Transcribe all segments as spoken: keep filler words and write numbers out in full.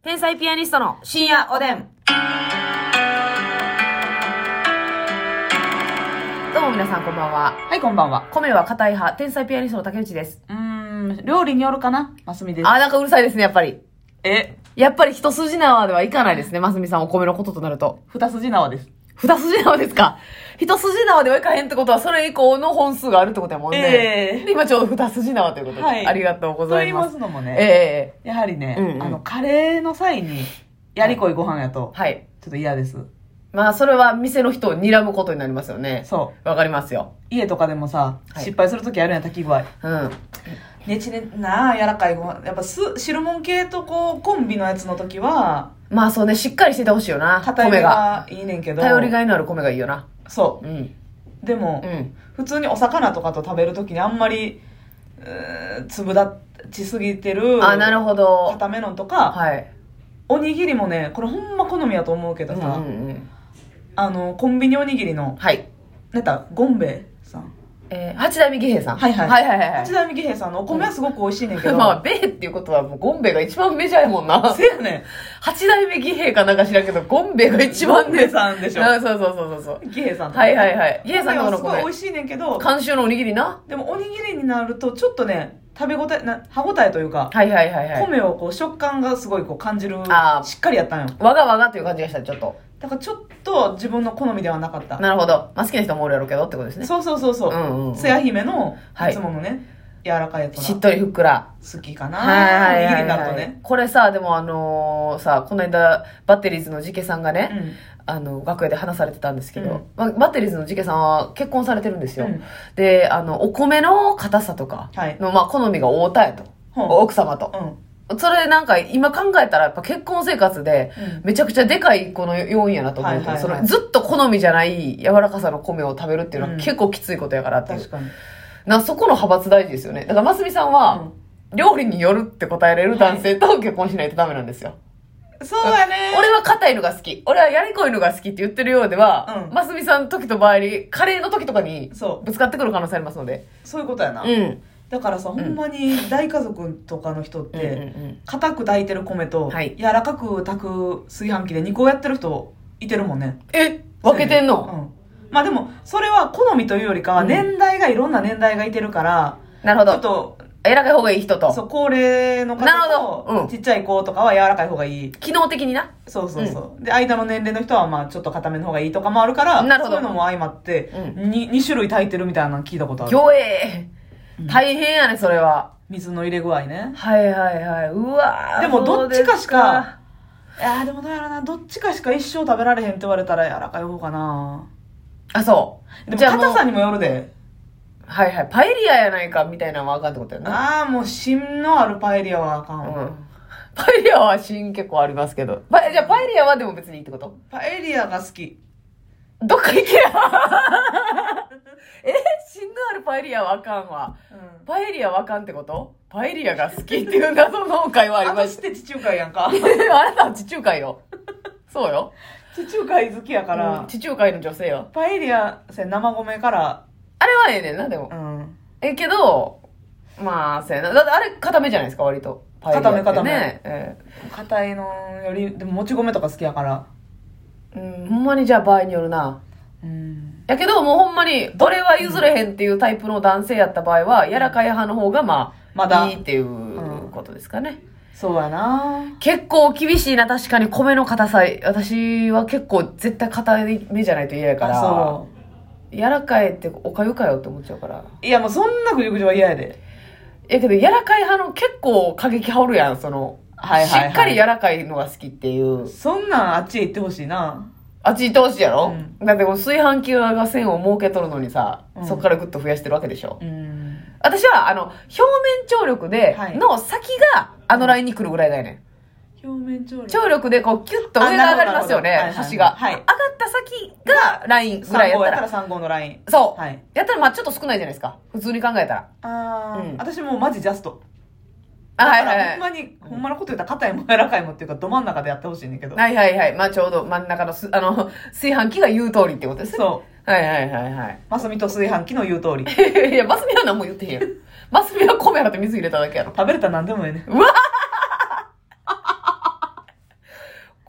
天才ピアニストの深夜おでん。どうも皆さんこんばんは。 はい、こんばんは。 米は硬い派、天才ピアニストの竹内です。 うーん、料理によるかな、ますみです。 あ、なんかうるさいですね、やっぱり。 えやっぱり一筋縄ではいかないですね、ますみさん、お米のこととなると。 二筋縄です。 二筋縄ですか？一筋縄ではいかへんってことは、それ以降の本数があるってことやもんね。 ええー、 今ちょうど二筋縄ということで、はい、ありがとうございます。 と言いますのもね、 ええー、 やはりね、 うんうん、 あの、カレーの際に、やりこいご飯やと、はい、ちょっと嫌です。 まあ、それは店の人を睨むことになりますよね。そう。わかりますよ。 家とかでもさ、はい、失敗するときあるやん、炊き具合。うん。ねちね、なあ、柔らかいご飯。やっぱす、汁物系とこう、コンビのやつのときは、 まあそうね、しっかりしててほしいよな。 硬い米がいいねんけど。 頼りがいのある米がいいよな。 そう。うん。でも、うん、普通にお魚とかと食べるときにあんまり、うー粒立ちすぎてる。 あ、なるほど。 固めのとか、はい。おにぎりもね、これほんま好みやと思うけどさ、うんうんうん、あの、コンビニおにぎりの、はい。なんか、ゴンベイさん。 えー、八代目義平さん。 はいはい。 はいはいはい。 八代目義平さんのお米はすごく美味しいねんけど。 まあ、ベイっていうことはもうゴンベイが一番メジャーやもんな。 せやねん。 八代目義平かなんか知らんけど、ゴンベイが一番ね。 ゴンベイさんでしょ。 そうそうそうそう。 義平さんとか。 はいはいはい。義平さんのこの米。すごい美味しいねんけど。 監修のおにぎりな。 でもおにぎりになると、ちょっとね、食べ応え、な、歯応えというか。 はいはいはいはい。 米をこう、食感がすごいこう感じる。しっかりやったんよ。 わがわがという感じがした、ちょっと。 だからちょっと自分の好みではなかった。 なるほど。まあ、好きな人もおるやろうけどってことですね。 そうそうそうそう。うんうん。つや姫の、いつものね、はい、柔らかいやつが。 しっとりふっくら。 好きかな。はいはいはい、はい。おにぎりになるとね。 これさ、でもあのー、さ、この間、バッテリーズのジケさんがね、うん、あの、楽屋で話されてたんですけど、うんまあ、バッテリーズのジケさんは結婚されてるんですよ。うん、で、あの、お米の硬さとかの、はい、まあ、好みが合うたやと。うん、奥様と。うんそれなんか今考えたらやっぱ結婚生活でめちゃくちゃでかいこの要因やなと思うけど、そのずっと好みじゃない柔らかさの米を食べるっていうのは結構きついことやからっていう。確かに。なそこの派閥大事ですよね。だからますみさんは料理によるって答えれる男性と結婚しないとダメなんですよ。 はい、そうやね。 俺は硬いのが好き。俺はやりこいのが好きって言ってるようでは、うん、ますみさんの時と場合にカレーの時とかにぶつかってくる可能性ありますので。 そういうことやな。 うん。 だからさ、うん、ほんまに大家族とかの人って、硬く炊いてる米と、柔らかく炊く炊飯器でにこやってる人いてるもんね。 え分けてんの？ うん。まあでも、それは好みというよりかは、年代がいろんな年代がいてるから、 うん、なるほど。 ちょっと、 柔らかい方がいい人と。 そう、高齢の方と、なるほど、うん、ちっちゃい子とかは柔らかい方がいい。 機能的にな。 そうそうそう。うん、で、間の年齢の人は、まあちょっと硬めの方がいいとかもあるから、なるほど。そういうのも相まって、うん、に, に種類炊いてるみたいなの聞いたことある。 魚影大変やね、それは。 水の入れ具合ね。 はいはいはい。うわー。 でもどっちかしか、いやーでもどうやらな、どっちかしか一生食べられへんって言われたら柔らかい方かな。 あ、そう。 でも硬さにもよるで。 はいはい。パエリアやないかみたいなのはあかんってことやな。 ああ、もう芯のあるパエリアはあかん。うん。 パエリアは芯結構ありますけど。パじゃあパエリアはでも別にいいってこと？ パエリアが好き。 どっか行けやえ芯のあるパエリアはあかんわ、うん、パエリアはあかんってこと？パエリアが好きっていう謎の会話ありました。 あとして地中海やんかあなたは地中海よそうよ地中海好きやから、 うん、地中海の女性よ。 パエリアせ生米からあれはええねんなでも、うん、えけどまあせやなだってあれ固めじゃないですか割とパエリアってね固め固め、えー、硬いのよりでももち米とか好きやからうん、ほんまにじゃあ場合によるな。うん。やけど、もうほんまに、俺は譲れへんっていうタイプの男性やった場合は、柔らかい派の方が、まあ、まだいいっていうことですかね。うん、 そうやな。 結構厳しいな、確かに米の硬さ。私は結構絶対硬めじゃないと嫌やから。そう。柔らかいっておかゆかよって思っちゃうから。 いや、もうそんなぐじゅぐじゅは嫌やで。 やけど、柔らかい派の結構過激派おるやん、その。はいはいはい、しっかり柔らかいのが好きっていう。 そんなんあっちへ行ってほしいな。 あっち行ってほしいやろ、うん、だってこう炊飯器が線を設けとるのにさ、うん、そこからグッと増やしてるわけでしょ、うん、私はあの表面張力での先があのラインに来るぐらいだよね、 うん、表面張力張力でこうキュッと上が上がりますよね端が、はい、上がった先がラインぐらいやったらさん号のラインそう、はい、やったらまあちょっと少ないじゃないですか普通に考えたらあ、うん、私もうマジジャストあはいはいはい、 ほんまに、ほんまのこと言ったら硬いも柔らかいもっていうかど真ん中でやってほしいねんけどはいはいはいまあちょうど真ん中のすあの炊飯器が言う通りってことですねそうはいはいはいはいマスミと炊飯器の言う通りいやマスミは何も言ってへんやんマスミは米洗って水入れただけやろ食べれたら何でもええねんうわ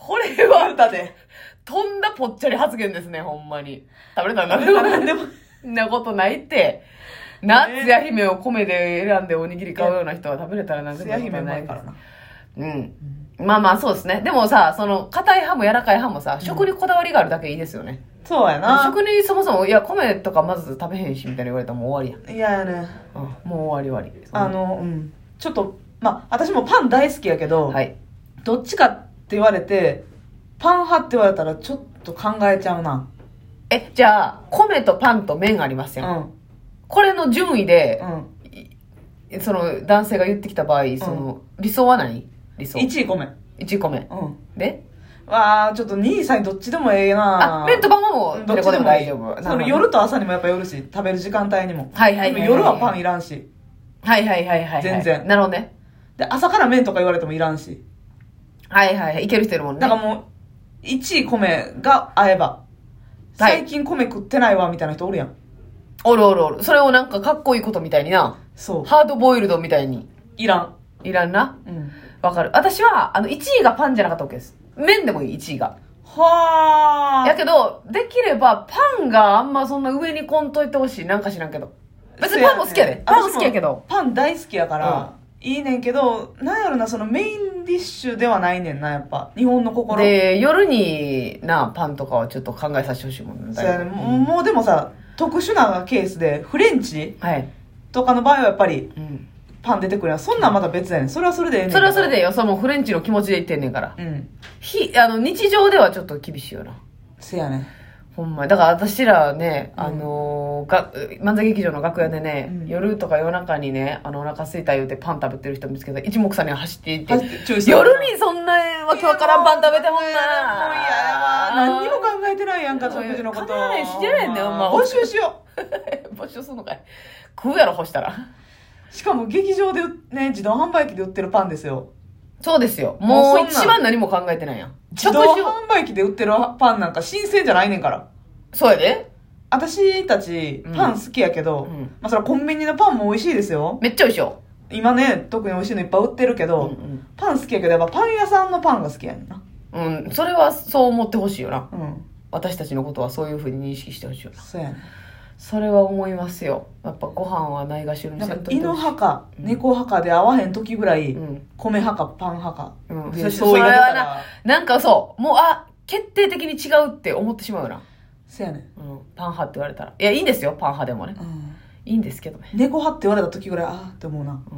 これは、 歌で。 とんだぽっちゃり発言ですね、ほんまに。食べれたらなんでも。そんなことないって。な、つや姫を米で選んでおにぎり買うような人は食べれたらなんでもない。つや姫ないからな。うん。まあまあそうですね。でもさ、その、硬い派も柔らかい派もさ、食にこだわりがあるだけいいですよね。 そうやな。 食にそもそも、いや、米とかまず食べへんし、みたいに言われたらもう終わりやん。 いややね。 うん、もう終わり終わり。 あの、うん。ちょっと、まあ、私もパン大好きやけど、 はい。 どっちかって言われて、パン派って言われたらちょっと考えちゃうな。 え、じゃあ、米とパンと麺ありますよ。うん。これの順位で、うん、その男性が言ってきた場合、その、うん、理想は何？理想。 いちい米。 いちい米。うん。でわあちょっとにいさんどっちでもええなあ、麺とパンはもう、どっちでも大丈夫。 その夜と朝にもやっぱよるし、食べる時間帯にも。 はいはいはい、はい。 でも夜はパンいらんし。 はいはいはいはい。 全然。 なるほどね。 で、朝から麺とか言われてもいらんし。 はいはいはい。いける人いるもんね。 だからもう、いちい米が合えば。最近米食ってないわ、みたいな人おるやん。 おるおるおる。それをなんかかっこいいことみたいにな。 そう。 ハードボイルドみたいに。 いらん。 いらんな。うん。わかる。私は、あの、いちいがパンじゃなかったわけです。麺でもいい、いちいが。 はあ。 やけど、できれば、パンがあんまそんな上にこんといてほしい。なんか知らんけど。別にパンも好きやで。パンも好きやけど。 パン大好きやから、うん、いいねんけど、なんやろな、そのメインディッシュではないねんな、やっぱ。日本の心。 で、夜にな、パンとかはちょっと考えさせてほしいもんね。 そうやね、うん、もうでもさ、特殊なケースで、フレンチ、はい、とかの場合はやっぱり、うん、パン出てくるやん。そんなんまた別やねん。それはそれでええねん。 それはそれでよ。それもフレンチの気持ちで言ってんねんから。うん。ひ、あの、日常ではちょっと厳しいよな。 せやね。 ほんま。だから私らね、あのー、が、漫才劇場の楽屋でね、うん、夜とか夜中にね、あの、お腹空いた言うてパン食べてる人見つけたら一目散に走っていって、夜にそんなわけわからんパン食べてほんな。もう嫌やわ。何にも考えてないやんか、食事のこと。 考えないしてないんだよ、まあ。募集しよう。募集すんのかい。食うやろ、干したら。 しかも劇場でね、自動販売機で売ってるパンですよ。 そうですよ。もう一番何も考えてないやん。 自動販売機で売ってるパンなんか新鮮じゃないねんから。 そうやで。 私たちパン好きやけど、うん、まあそれはコンビニのパンも美味しいですよ。 めっちゃ美味しいよ。 今ね、特に美味しいのいっぱい売ってるけど、うんうん、パン好きやけど、やっぱパン屋さんのパンが好きやねんな。 うん、それはそう思ってほしいよな。うん。私たちのことはそういう風に認識してほしいよな。 そうやね。 それは思いますよ。やっぱご飯はないがしろにせんといてほしい。 犬派か、うん、猫派かで合わへん時ぐらい、うん、米派かパン派か。うん。 そ, そう言われたらな、なんかそう、もう、あ、決定的に違うって思ってしまうよな。 そうやね。 うん。パン派って言われたら。いや、いいんですよ、パン派でもね。うん。いいんですけどね。 猫派って言われた時ぐらい、あーって思うな。 うん。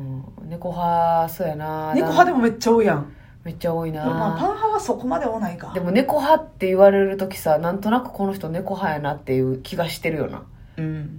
猫派、そうやな。 猫派でもめっちゃ多いやん。 めっちゃ多いな。 まあ、パン派はそこまで多ないか。 でも猫派って言われる時さ、なんとなくこの人猫派やなっていう気がしてるよな。うん。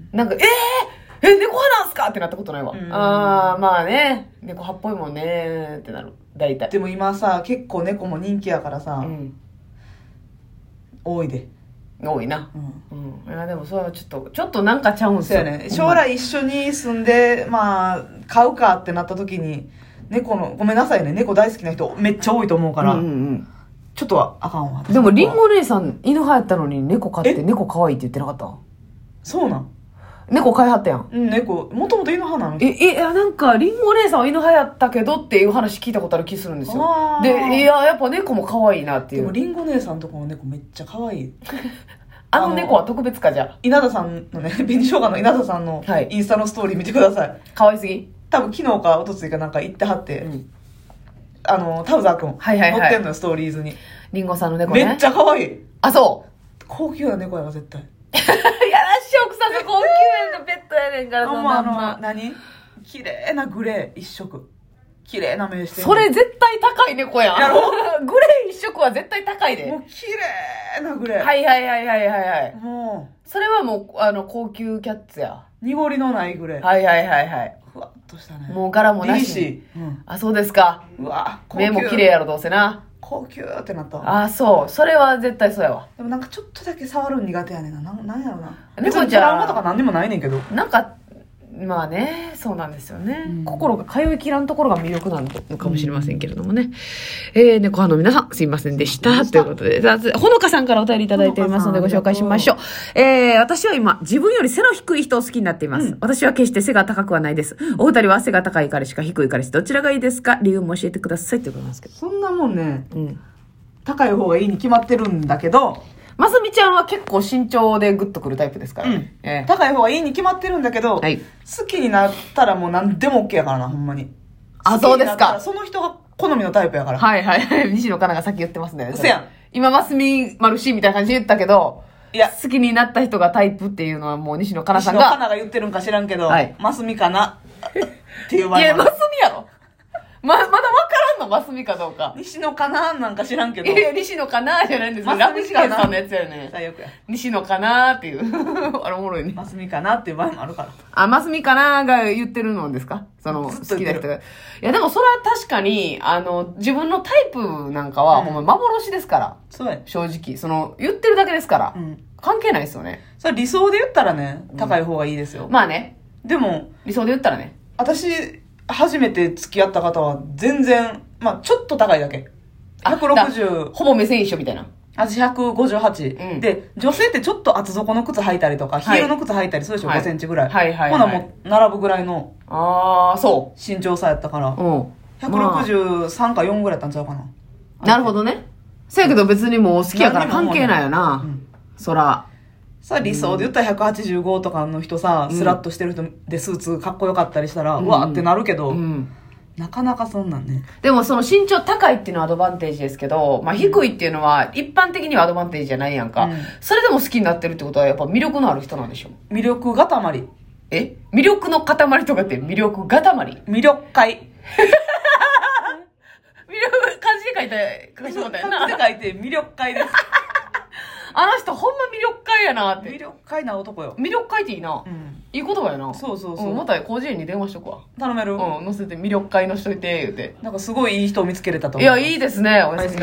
なんか、えーえ、猫派なんすかってなったことないわ。うん、ああ、まあね。猫派っぽいもんねってなる。大体。 でも今さ、結構猫も人気やからさ、うん、多いで。 多いな。うん。うん。いや、でもそれはちょっと、ちょっとなんかちゃうんすよ。 そうやね。将来一緒に住んで、まあ、飼うかってなった時に、猫の、ごめんなさいね、猫大好きな人めっちゃ多いと思うから、うんうんうん、ちょっとはあかんわ。 でも、リンゴ姉さん、犬派やったのに猫飼って、猫可愛いって言ってなかった？ そうなん？ 猫飼いはったやん。 うん、猫。もともと犬派なの？ え、え、なんか、リンゴ姉さんは犬派やったけどっていう話聞いたことある気するんですよ。で、いや、やっぱ猫も可愛いなっていう。 でも、リンゴ姉さんとこの猫めっちゃ可愛い。 あの猫は特別かじゃ。 稲田さんのね、紅生姜の稲田さんのインスタのストーリー見てください。 可愛すぎ？ 多分昨日か一昨日かなんか行ってはって、うん、あの、タウザーくん。はいはいはい。乗ってんのよ、ストーリーズに。 リンゴさんの猫ね。 めっちゃ可愛い。 あ、そう。 高級な猫やわ、絶対。 やらしい奥さんが高級なペットやねんから、そんな。 あの、何？綺麗なグレー一色。綺麗な目してる。 それ絶対高い猫やん。やろ？グレー一色は絶対高いで。 もう綺麗なグレー。 はいはいはいはいはいはい。 もう。 それはもう、あの、高級キャッツや。 濁りのないグレー。 はいはいはいはい。 ふわっとしたね。 もう柄もなし。うん、あ、そうですか。うわ、目も綺麗やろ、どうせな。 高級ってなったわ。あ、そう。それは絶対そうやわ。 でもなんかちょっとだけ触るの苦手やねんな。な、なんやろな。猫ちゃん。トラウマとか何にもないねんけど。 なんか、まあね、そうなんですよね。うん、心が通いきらんところが魅力なのかもしれませんけれどもね。うん、えー、猫派の皆さん、すいませんでした。ということで、ほのかさんからお便りいただいておりますのでご紹介しましょう。えー、私は今、自分より背の低い人を好きになっています。うん、私は決して背が高くはないです。お二人は背が高い彼氏か低い彼氏、どちらがいいですか？理由も教えてくださいってことなんですけど。 そんなもんね、うん、 高い方がいいに決まってるんだけど、 ますみちゃんは結構身長でグッとくるタイプですからね。うんええ、高い方がいいに決まってるんだけど、はい、好きになったらもう何でも OK やからな、ほんまに。 あ、そうですか。 その人が好みのタイプやから。 はいはい。西野カナがさっき言ってますね。 うせやん。 今、ますみ丸しみたいな感じで言ったけど、いや、好きになった人がタイプっていうのはもう西野カナさんが。 西野カナが言ってるんか知らんけど、はい、ますみかなっていう場合。 いや、ますみやろ。ま、まだ分からんの、ますみかどうか。 西野かななんか知らんけど。 いや、西野かなじゃないんですよ。ラブシケンさんのやつやね。 最悪や。 西野かなっていう。あれおもろいね。 ますみかなっていう場合もあるから。 あ、ますみかなが言ってるのですかその、好きな人が。いや、でもそれは確かに、あの、自分のタイプなんかは、うん、ほんま幻ですから。 そうや。 正直。その、言ってるだけですから。うん、関係ないですよね。 それ理想で言ったらね、高い方がいいですよ。 うん、まあね。 でも、 理想で言ったらね。 私、初めて付き合った方は全然、まあちょっと高いだけ。ひゃくろくじゅう。 ほぼ目線一緒みたいな。 私ひゃくごじゅうはち、うん。で、女性ってちょっと厚底の靴履いたりとか、ヒールの靴履いたり、そうでしょ、はい、ごセンチぐらい。はいはいはい。ほなもう、並ぶぐらいの。 ああ、そう。 身長差やったから。うん。ひゃくろくじゅうさんかよんぐらいやったんちゃうかな。 なるほどね。せやけど別にもう好きやから関係ないよな。うん、そら。 さ、理想で言ったらひゃくはちじゅうごとかの人さ、うん、スラッとしてる人でスーツかっこよかったりしたら、うん、うわーってなるけど、うん、なかなかそんなんね。 でもその身長高いっていうのはアドバンテージですけど、まあ低いっていうのは一般的にはアドバンテージじゃないやんか。うん、それでも好きになってるってことはやっぱ魅力のある人なんでしょ。 魅力がたまり。 え魅力の塊とかって魅力がたまり魅力界。魅力、漢字で書いて、書いてもらったよな。 漢字で書いて魅力界です。 あの人ほんま魅力界やなって。 魅力界な男よ。 魅力界っていいな。うん、いい言葉やな。 そうそうそう。 うん、また広辞苑に電話しとくわ。 頼める？ うん、載せて魅力界の人いて、言うて。 なんかすごいいい人を見つけれたと思う。いや、いいですね。おやすみなさい。